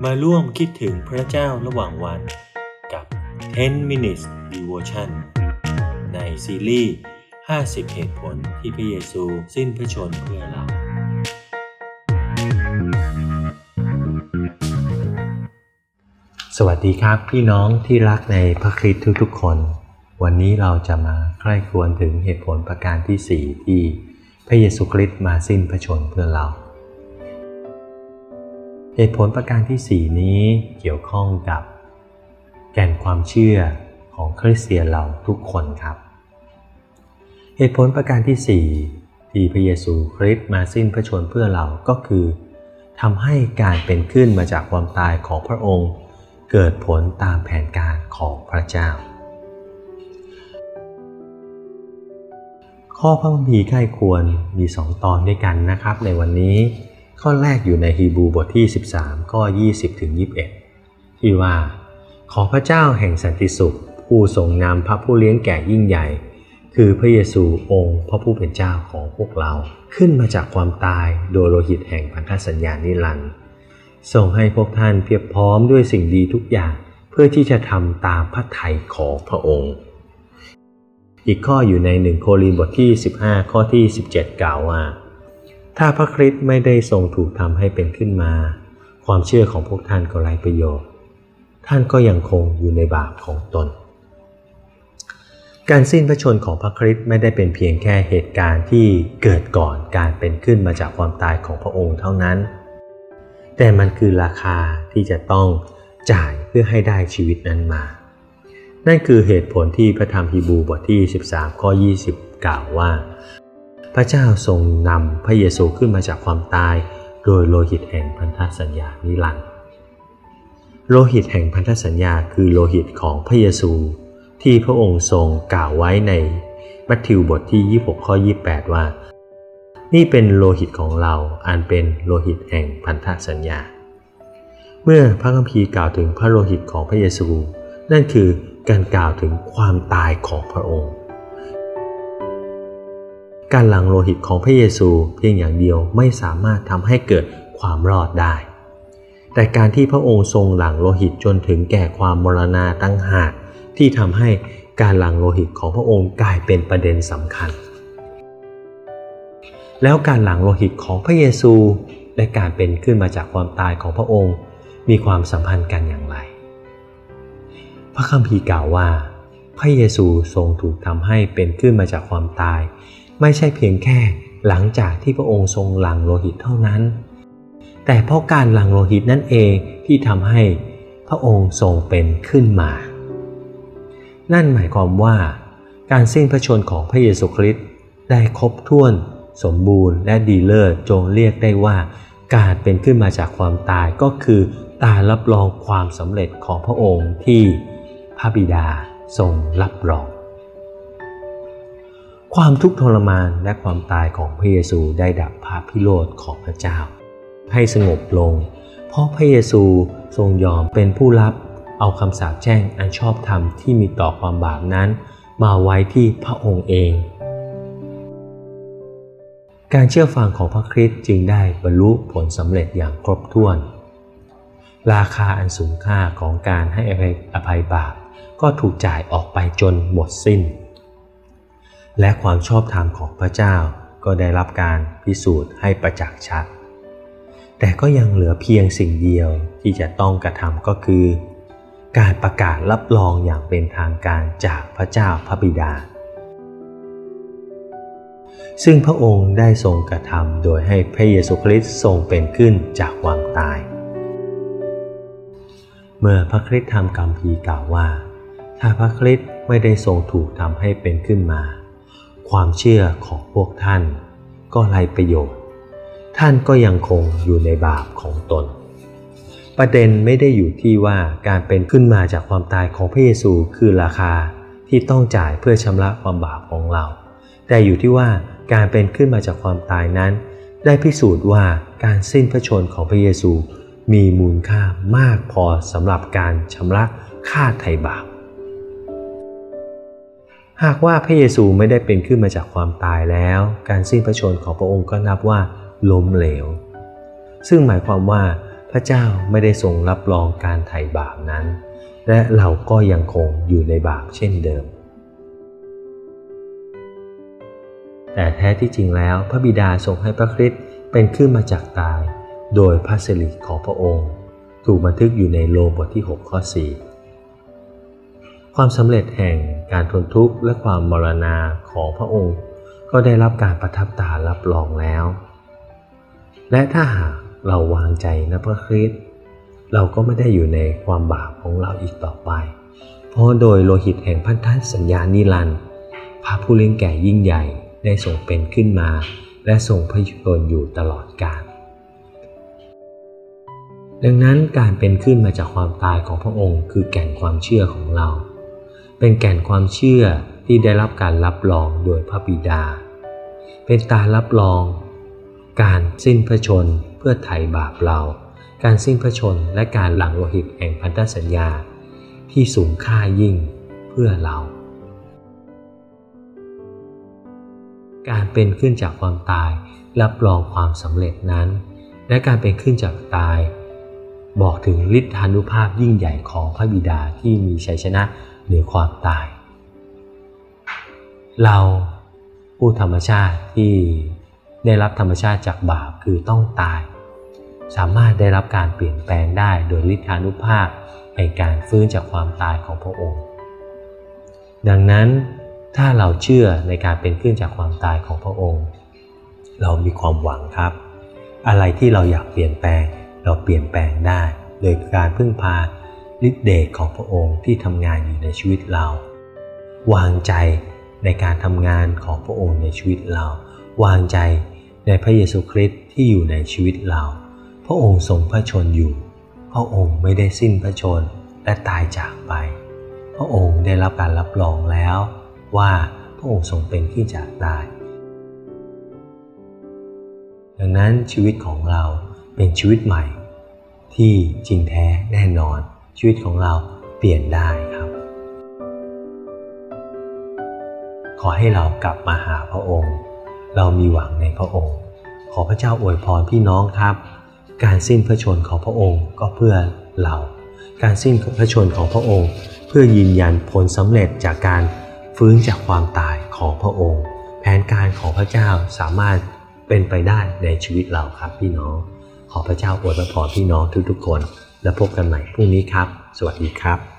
มาร่วมคิดถึงพระเจ้าระหว่างวันกับ 10 minutes devotion ในซีรีส์50 เหตุผลที่พระเยซูสิ้นพระชนม์เพื่อเราสวัสดีครับพี่น้องที่รักในพระคริสต์ทุกๆคนวันนี้เราจะมาใคร่ครวญถึงเหตุผลประการที่4ที่พระเยซูคริสต์มาสิ้นพระชนม์เพื่อเราเหตุผลประการที่4นี้เกี่ยวข้องกับแก่นความเชื่อของคริสเตียนเราทุกคนครับเหตุผลประการที่4ที่พระเยซูคริสต์มาสิ้นพระชนม์เพื่อเราก็คือทำให้การเป็นขึ้นมาจากความตายของพระองค์เกิดผลตามแผนการของพระเจ้าข้อพระคัมภีร์ใกล้ควรมี2ตอนด้วยกันนะครับในวันนี้ข้อแรกอยู่ในฮีบรูบทที่13ข้อ 20-21 ที่ว่าขอพระเจ้าแห่งสันติสุขผู้ทรงนำพระผู้เลี้ยงแก่ยิ่งใหญ่คือพระเยซูองค์พระผู้เป็นเจ้าของพวกเราขึ้นมาจากความตายโดยโลหิตแห่งพันธสัญญานิรันดร์ทรงให้พวกท่านเพียบพร้อมด้วยสิ่งดีทุกอย่างเพื่อที่จะทำตามพระทัยของพระองค์อีกข้ออยู่ใน1โครินธ์บทที่15ข้อที่17กล่าวว่าถ้าพระคริสต์ไม่ได้ทรงถูกทำให้เป็นขึ้นมาความเชื่อของพวกท่านก็ไร้ประโยชน์ท่านก็ยังคงอยู่ในบาปของตนการสิ้นพระชนม์ของพระคริสต์ไม่ได้เป็นเพียงแค่เหตุการณ์ที่เกิดก่อนการเป็นขึ้นมาจากความตายของพระองค์เท่านั้นแต่มันคือราคาที่จะต้องจ่ายเพื่อให้ได้ชีวิตนั้นมานั่นคือเหตุผลที่พระธรรมฮีบรูบทที่13ข้อ20กล่าวว่าพระเจ้าทรงนำพระเยซูขึ้นมาจากความตายโดยโลหิตแห่งพันธสัญญานิรันดร์โลหิตแห่งพันธสัญญาคือโลหิตของพระเยซูที่พระองค์ทรงกล่าวไว้ในมัทธิวบทที่26ข้อ28ว่านี่เป็นโลหิตของเราอันเป็นโลหิตแห่งพันธสัญญาเมื่อพระคัมภีร์กล่าวถึงพระโลหิตของพระเยซูนั่นคือการกล่าวถึงความตายของพระองค์การหลั่งโลหิตของพระเยซูเพียงอย่างเดียวไม่สามารถทำให้เกิดความรอดได้แต่การที่พระองค์ทรงหลั่งโลหิตจนถึงแก่ความมรณาตั้งหากที่ทำให้การหลั่งโลหิตของพระองค์กลายเป็นประเด็นสำคัญแล้วการหลั่งโลหิตของพระเยซูและการเป็นขึ้นมาจากความตายของพระองค์มีความสัมพันธ์กันอย่างไรพระคัมภีร์กล่าวว่าพระเยซูทรงถูกทำให้เป็นขึ้นมาจากความตายไม่ใช่เพียงแค่หลังจากที่พระองค์ทรงหลั่งโลหิตเท่านั้นแต่เพราะการหลั่งโลหิตนั่นเองที่ทำให้พระองค์ทรงเป็นขึ้นมานั่นหมายความว่าการสิ้นพระชนม์ของพระเยซูคริสต์ได้ครบถ้วนสมบูรณ์และดีเลิศจงเรียกได้ว่าการเป็นขึ้นมาจากความตายก็คือการรับรองความสำเร็จของพระองค์ที่พระบิดาทรงรับรองความทุกข์ทรมานและความตายของพระเยซูได้ดับพระพิโรธของพระเจ้าให้สงบลงเพราะพระเยซูทรงยอมเป็นผู้รับเอาคำสาปแช่งอันชอบธรรมที่มีต่อความบาปนั้นมาไว้ที่พระองค์เองการเชื่อฟังของพระคริสต์จึงได้บรรลุผลสำเร็จอย่างครบถ้วนราคาอันสูงค่าของการให้อภัยบาปก็ถูกจ่ายออกไปจนหมดสิ้นและความชอบธรรมของพระเจ้าก็ได้รับการพิสูจน์ให้ประจักษ์ชัดแต่ก็ยังเหลือเพียงสิ่งเดียวที่จะต้องกระทำก็คือการประกาศรับรองอย่างเป็นทางการจากพระเจ้าพระบิดาซึ่งพระองค์ได้ทรงกระทำโดยให้พระเยซูคริสต์ทรงเป็นขึ้นจากความตายเมื่อพระคริสต์ทำคัมภีร์กล่าวว่าถ้าพระคริสต์ไม่ได้ทรงถูกทำให้เป็นขึ้นมาความเชื่อของพวกท่านก็ไร้ประโยชน์ท่านก็ยังคงอยู่ในบาปของตนประเด็นไม่ได้อยู่ที่ว่าการเป็นขึ้นมาจากความตายของพระเยซูคือราคาที่ต้องจ่ายเพื่อชำระความบาปของเราแต่อยู่ที่ว่าการเป็นขึ้นมาจากความตายนั้นได้พิสูจน์ว่าการสิ้นพระชนม์ของพระเยซูมีมูลค่ามากพอสำหรับการชำระค่าไถ่บาปหากว่าพระเยซูไม่ได้เป็นขึ้นมาจากความตายแล้วการสิ้นพระชนม์ของพระองค์ก็นับว่าล้มเหลวซึ่งหมายความว่าพระเจ้าไม่ได้ทรงรับรองการไถ่บาปนั้นและเราก็ยังคงอยู่ในบาปเช่นเดิมแต่แท้ที่จริงแล้วพระบิดาทรงให้พระคริสต์เป็นขึ้นมาจากตายโดยพระสิริของพระองค์ถูกบันทึกอยู่ในโรมบทที่6 ข้อ 4ความสำเร็จแห่งการทนทุกข์และความมรณาของพระองค์ก็ได้รับการประทับตารับรองแล้วและถ้าหากเราวางใจในพระคริสต์เราก็ไม่ได้อยู่ในความบาปของเราอีกต่อไปเพราะโดยโลหิตแห่งพันธสัญญานิรันดร์พระผู้เลี้ยงแก่ยิ่งใหญ่ได้ทรงเป็นขึ้นมาและทรงพระชนอยู่ตลอดกาลดังนั้นการเป็นขึ้นมาจากความตายของพระองค์คือแก่นความเชื่อของเราเป็นแก่นความเชื่อที่ได้รับการรับรองโดยพระบิดาเป็นตารับรองการสิ้นพระชนเพื่อไถ่บาปเราการสิ้นพระชนและการหลั่งโลหิตแห่งพันธสัญญาที่สูงค่ายิ่งเพื่อเราการเป็นขึ้นจากความตายรับรองความสำเร็จนั้นและการเป็นขึ้นจากตายบอกถึงฤทธานุภาพยิ่งใหญ่ของพระบิดาที่มีชัยชนะเหนือความตายเราผู้ธรรมชาติที่ได้รับธรรมชาติจากบาปคือต้องตายสามารถได้รับการเปลี่ยนแปลงได้โดยฤทธานุภาพแห่งการฟื้นจากความตายของพระองค์ดังนั้นถ้าเราเชื่อในการเป็นขึ้นจากความตายของพระองค์เรามีความหวังครับอะไรที่เราอยากเปลี่ยนแปลงเราเปลี่ยนแปลงได้โดยการพึ่งพาฤทธิ์เดชของพระองค์ที่ทำงานอยู่ในชีวิตเราวางใจในการทำงานของพระองค์ในชีวิตเราวางใจในพระเยซูคริสต์ที่อยู่ในชีวิตเราพระองค์ทรงพระชนอยู่พระองค์ไม่ได้สิ้นพระชนและตายจากไปพระองค์ได้รับการรับรองแล้วว่าพระองค์ทรงเป็นขึ้นจากตายดังนั้นชีวิตของเราเป็นชีวิตใหม่ที่จริงแท้แน่นอนชีวิตของเราเปลี่ยนได้ครับขอให้เรากลับมาหาพระองค์เรามีหวังในพระองค์ขอพระเจ้าอวยพรพี่น้องครับการสิ้นพระชนของพระองค์ก็เพื่อเราการสิ้นพระชนของพระองค์เพื่อยืนยันผลสำเร็จจากการฟื้นจากความตายของพระองค์แผนการของพระเจ้าสามารถเป็นไปได้ในชีวิตเราครับพี่น้องขอพระเจ้าอวยพรพี่น้องทุกๆคนและพบกันใหม่พรุ่งนี้ครับสวัสดีครับ